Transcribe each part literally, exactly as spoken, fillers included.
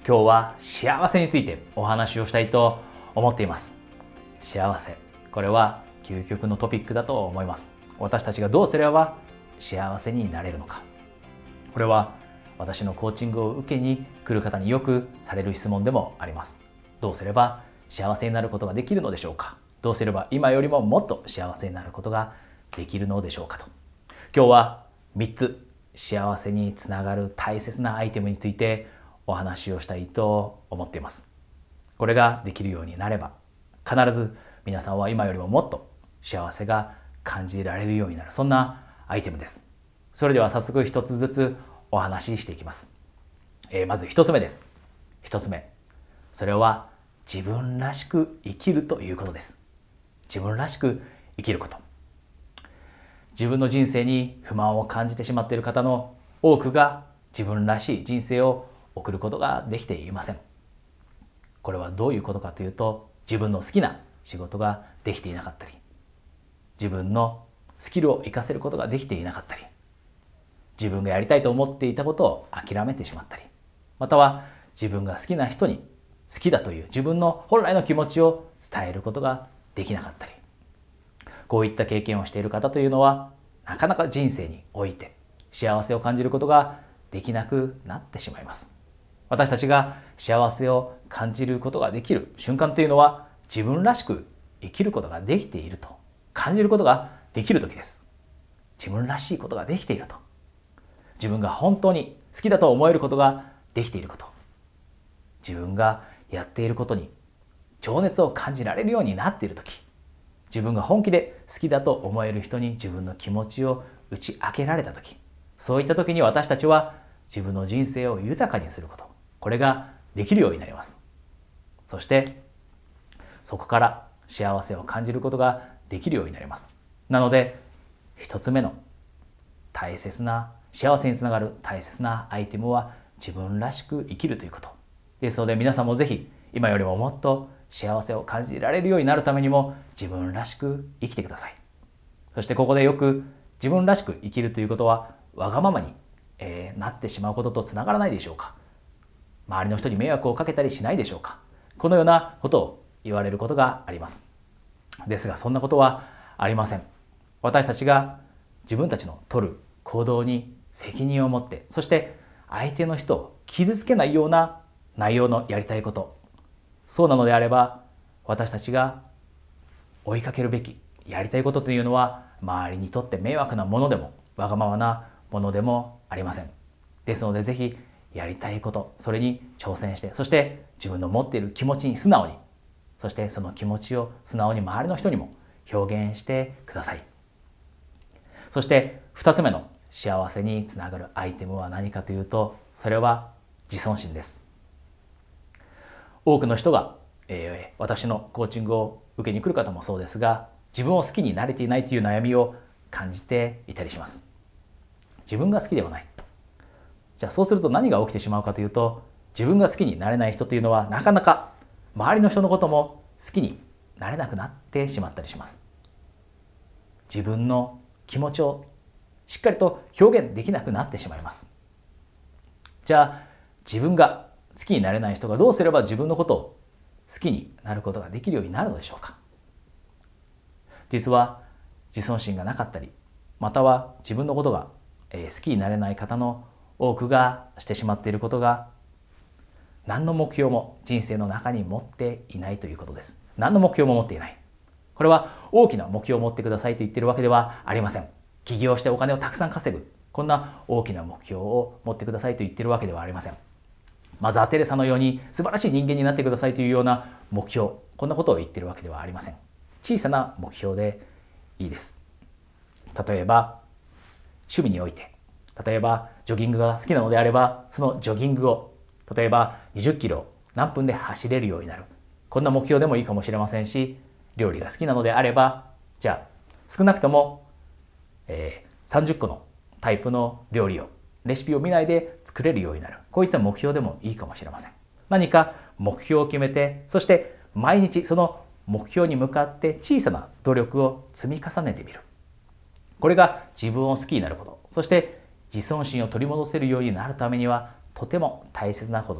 今日は幸せについてお話をしたいと思っています。幸せ、これは究極のトピックだと思います。私たちがどうすれば幸せになれるのか。これは私のコーチングを受けに来る方によくされる質問でもあります。どうすれば幸せになることができるのでしょうか。どうすれば今よりももっと幸せになることができるのでしょうかと。今日はみっつ幸せにつながる大切なアイテムについてお話をしたいと思っています。これができるようになれば必ず皆さんは今よりももっと幸せが感じられるようになる、そんなアイテムです。それでは早速一つずつお話ししていきます。えー、まず一つ目です。一つ目、それは自分らしく生きるということです。自分らしく生きること。自分の人生に不満を感じてしまっている方の多くが自分らしい人生を送ることができていません。これはどういうことかというと、自分の好きな仕事ができていなかったり、自分のスキルを活かせることができていなかったり、自分がやりたいと思っていたことを諦めてしまったり、または自分が好きな人に好きだという自分の本来の気持ちを伝えることができなかったり、こういった経験をしている方というのはなかなか人生において幸せを感じることができなくなってしまいます。私たちが幸せを感じることができる瞬間というのは、自分らしく生きることができていると感じることができる時です。自分らしいことができていると、自分が本当に好きだと思えることができていること、自分がやっていることに情熱を感じられるようになっている時、自分が本気で好きだと思える人に自分の気持ちを打ち明けられた時、そういった時に私たちは自分の人生を豊かにすること、これができるようになります。そしてそこから幸せを感じることができるようになります。なので一つ目の大切な幸せにつながる大切なアイテムは自分らしく生きるということですので、皆さんもぜひ今よりももっと幸せを感じられるようになるためにも自分らしく生きてください。そしてここでよく自分らしく生きるということはわがままに、えー、なってしまうこととつながらないでしょうか。周りの人に迷惑をかけたりしないでしょうか。このようなことを言われることがあります。ですがそんなことはありません。私たちが自分たちの取る行動に責任を持って、そして相手の人を傷つけないような内容のやりたいこと、そうなのであれば私たちが追いかけるべきやりたいことというのは周りにとって迷惑なものでもわがままなものでもありません。ですのでぜひやりたいこと、それに挑戦して、そして自分の持っている気持ちに素直に、そしてその気持ちを素直に周りの人にも表現してください。そして二つ目の幸せにつながるアイテムは何かというと、それは自尊心です。多くの人が、えー、私のコーチングを受けに来る方もそうですが、自分を好きになれていないという悩みを感じていたりします。自分が好きではない。じゃあそうすると何が起きてしまうかというと、自分が好きになれない人というのはなかなか周りの人のことも好きになれなくなってしまったりします。自分の気持ちをしっかりと表現できなくなってしまいます。じゃあ自分が好きになれない人がどうすれば自分のことを好きになることができるようになるのでしょうか。実は自尊心がなかったり、または自分のことが好きになれない方の多くがしてしまっていることが、何の目標も人生の中に持っていないということです。何の目標も持っていない。これは大きな目標を持ってくださいと言っているわけではありません。起業してお金をたくさん稼ぐ、こんな大きな目標を持ってくださいと言っているわけではありません。マザー・テレサのように素晴らしい人間になってくださいというような目標、こんなことを言っているわけではありません。小さな目標でいいです。例えば趣味において、例えばジョギングが好きなのであれば、そのジョギングを例えばにじゅっキロ何分で走れるようになる、こんな目標でもいいかもしれませんし、料理が好きなのであれば、じゃあ少なくとも、えー、さんじゅっこのタイプの料理をレシピを見ないで作れるようになる、こういった目標でもいいかもしれません。何か目標を決めて、そして毎日その目標に向かって小さな努力を積み重ねてみる、これが自分を好きになること、そして自尊心を取り戻せるようになるためにはとても大切なことです。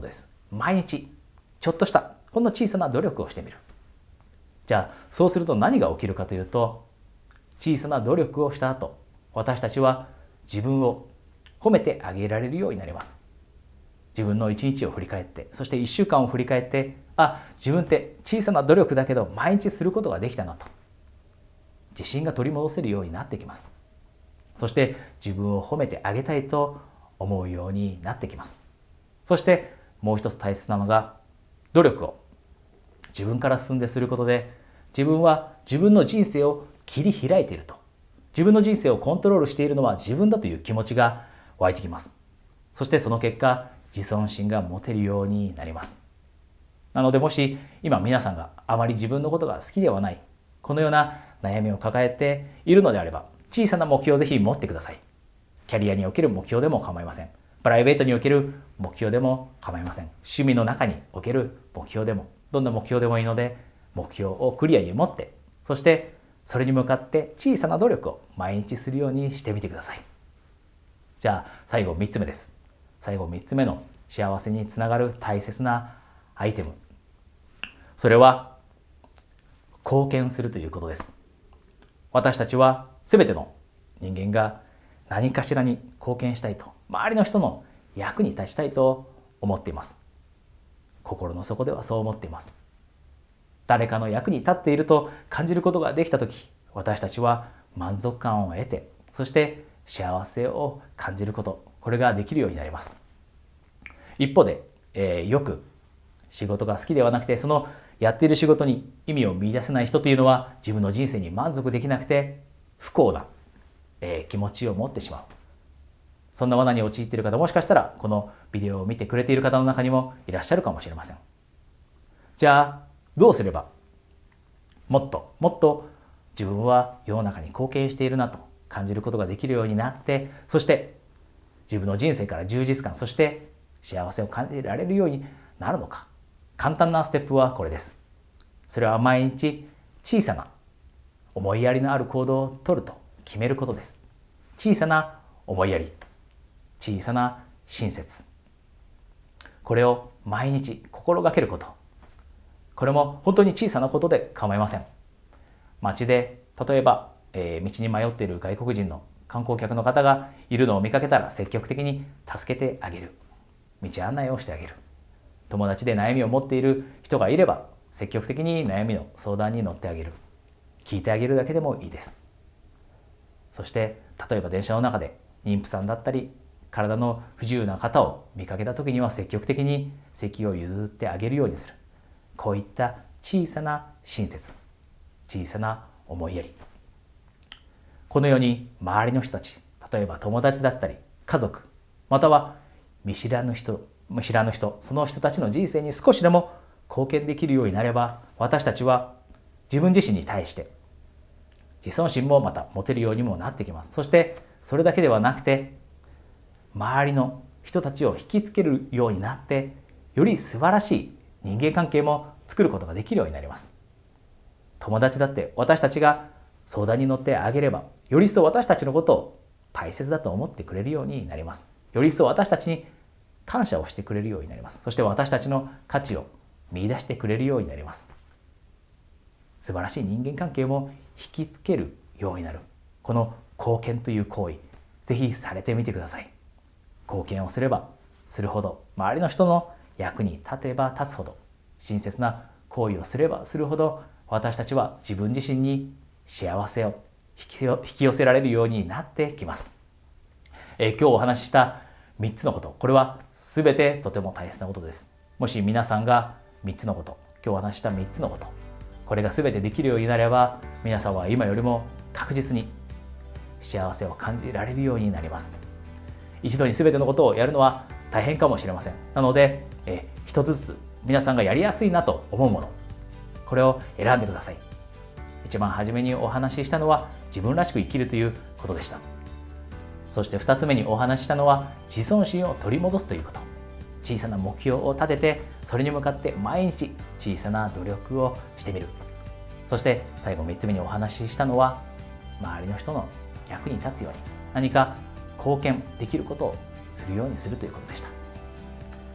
毎日ちょっとしたほんの小さな努力をしてみる。じゃあそうすると何が起きるかというと、小さな努力をした後、私たちは自分を褒めてあげられるようになります。自分の一日を振り返って、そして一週間を振り返って、あ、自分って小さな努力だけど毎日することができたなと、自信が取り戻せるようになってきます。そして自分を褒めてあげたいと思うようになってきます。そしてもう一つ大切なのが、努力を自分から進んですることで、自分は自分の人生を切り開いていると、自分の人生をコントロールしているのは自分だという気持ちが湧いてきます。そしてその結果、自尊心が持てるようになります。なので、もし今皆さんがあまり自分のことが好きではない、このような悩みを抱えているのであれば、小さな目標をぜひ持ってください。キャリアにおける目標でも構いません。プライベートにおける目標でも構いません。趣味の中における目標でも、どんな目標でもいいので、目標をクリアに持って、そしてそれに向かって小さな努力を毎日するようにしてみてください。じゃあ最後みっつめです。最後みっつめの幸せにつながる大切なアイテム。それは貢献するということです。私たちはすべての人間が何かしらに貢献したいと、周りの人の役に立ちたいと思っています。心の底ではそう思っています。誰かの役に立っていると感じることができたとき、私たちは満足感を得て、そして幸せを感じること、これができるようになります。一方で、えー、よく仕事が好きではなくて、そのやっている仕事に意味を見出せない人というのは、自分の人生に満足できなくて不幸な、えー、気持ちを持ってしまう。そんな罠に陥っている方、もしかしたらこのビデオを見てくれている方の中にもいらっしゃるかもしれません。じゃあどうすればもっともっと自分は世の中に貢献しているなと感じることができるようになって、そして自分の人生から充実感、そして幸せを感じられるようになるのか。簡単なステップはこれです。それは毎日小さな思いやりのある行動をとると決めることです。小さな思いやり、小さな親切、これを毎日心がけること。これも本当に小さなことで構いません。街で例えば、えー、道に迷っている外国人の観光客の方がいるのを見かけたら、積極的に助けてあげる、道案内をしてあげる。友達で悩みを持っている人がいれば、積極的に悩みの相談に乗ってあげる、聞いてあげるだけでもいいです。そして例えば電車の中で妊婦さんだったり体の不自由な方を見かけた時には、積極的に席を譲ってあげるようにする。こういった小さな親切、小さな思いやり、このように周りの人たち、例えば友達だったり家族、または見知らぬ人見知らぬ人、その人たちの人生に少しでも貢献できるようになれば、私たちは自分自身に対して自尊心もまた持てるようにもなってきます。そしてそれだけではなくて、周りの人たちを引きつけるようになって、より素晴らしい人間関係も作ることができるようになります。友達だって私たちが相談に乗ってあげれば、より一層私たちのことを大切だと思ってくれるようになります。より一層私たちに感謝をしてくれるようになります。そして私たちの価値を見出してくれるようになります。素晴らしい人間関係も引きつけるようになる、この貢献という行為、ぜひされてみてください。貢献をすればするほど、周りの人の役に立てば立つほど、親切な行為をすればするほど、私たちは自分自身に幸せを引き寄せられるようになってきます。えー、今日お話ししたみっつのこと、これは全てとても大切なことです。もし皆さんがみっつのこと、今日お話ししたみっつのこと、これが全てできるようになれば、皆さんは今よりも確実に幸せを感じられるようになります。一度に全てのことをやるのは大変かもしれません。なので、え一つずつ皆さんがやりやすいなと思うもの、これを選んでください。一番初めにお話ししたのは自分らしく生きるということでした。そしてふたつめにお話ししたのは自尊心を取り戻すということ。小さな目標を立てて、それに向かって毎日小さな努力をしてみる。そして最後みっつめにお話ししたのは、周りの人の役に立つように何か貢献できることをするようにするということでした。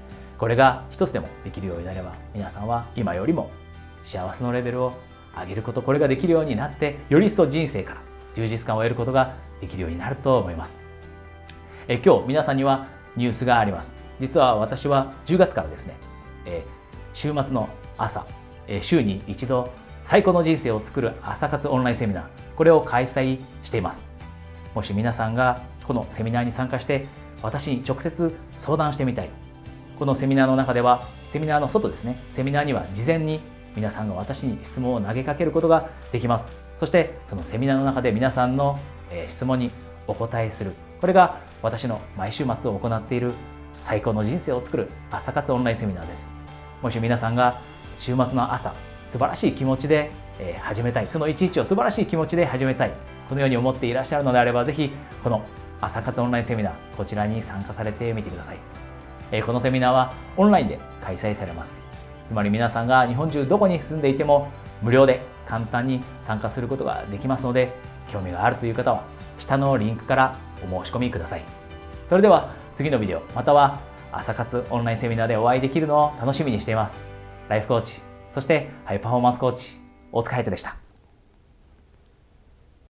これが一つでもできるようになれば、皆さんは今よりも幸せのレベルを上げること、これができるようになって、より一層人生から充実感を得ることができるようになると思います。え今日皆さんにはニュースがあります。実は私はじゅうがつからですね、え週末の朝、え週に一度最高の人生を作る朝活オンラインセミナー、これを開催しています。もし皆さんがこのセミナーに参加して私に直接相談してみたい、このセミナーの中では、セミナーの外ですね、セミナーには事前に皆さんが私に質問を投げかけることができます。そしてそのセミナーの中で皆さんの質問にお答えする、これが私の毎週末を行っている最高の人生を作る朝活オンラインセミナーです。もし皆さんが週末の朝、素晴らしい気持ちで始めたい、その一日を素晴らしい気持ちで始めたい、このように思っていらっしゃるのであれば、ぜひこの朝活オンラインセミナー、こちらに参加されてみてください。このセミナーはオンラインで開催されます。つまり皆さんが日本中どこに住んでいても無料で簡単に参加することができますので、興味があるという方は下のリンクからお申し込みください。それでは次のビデオ、または朝活オンラインセミナーでお会いできるのを楽しみにしています。ライフコーチ、そしてハイパフォーマンスコーチ、大塚隼人でした。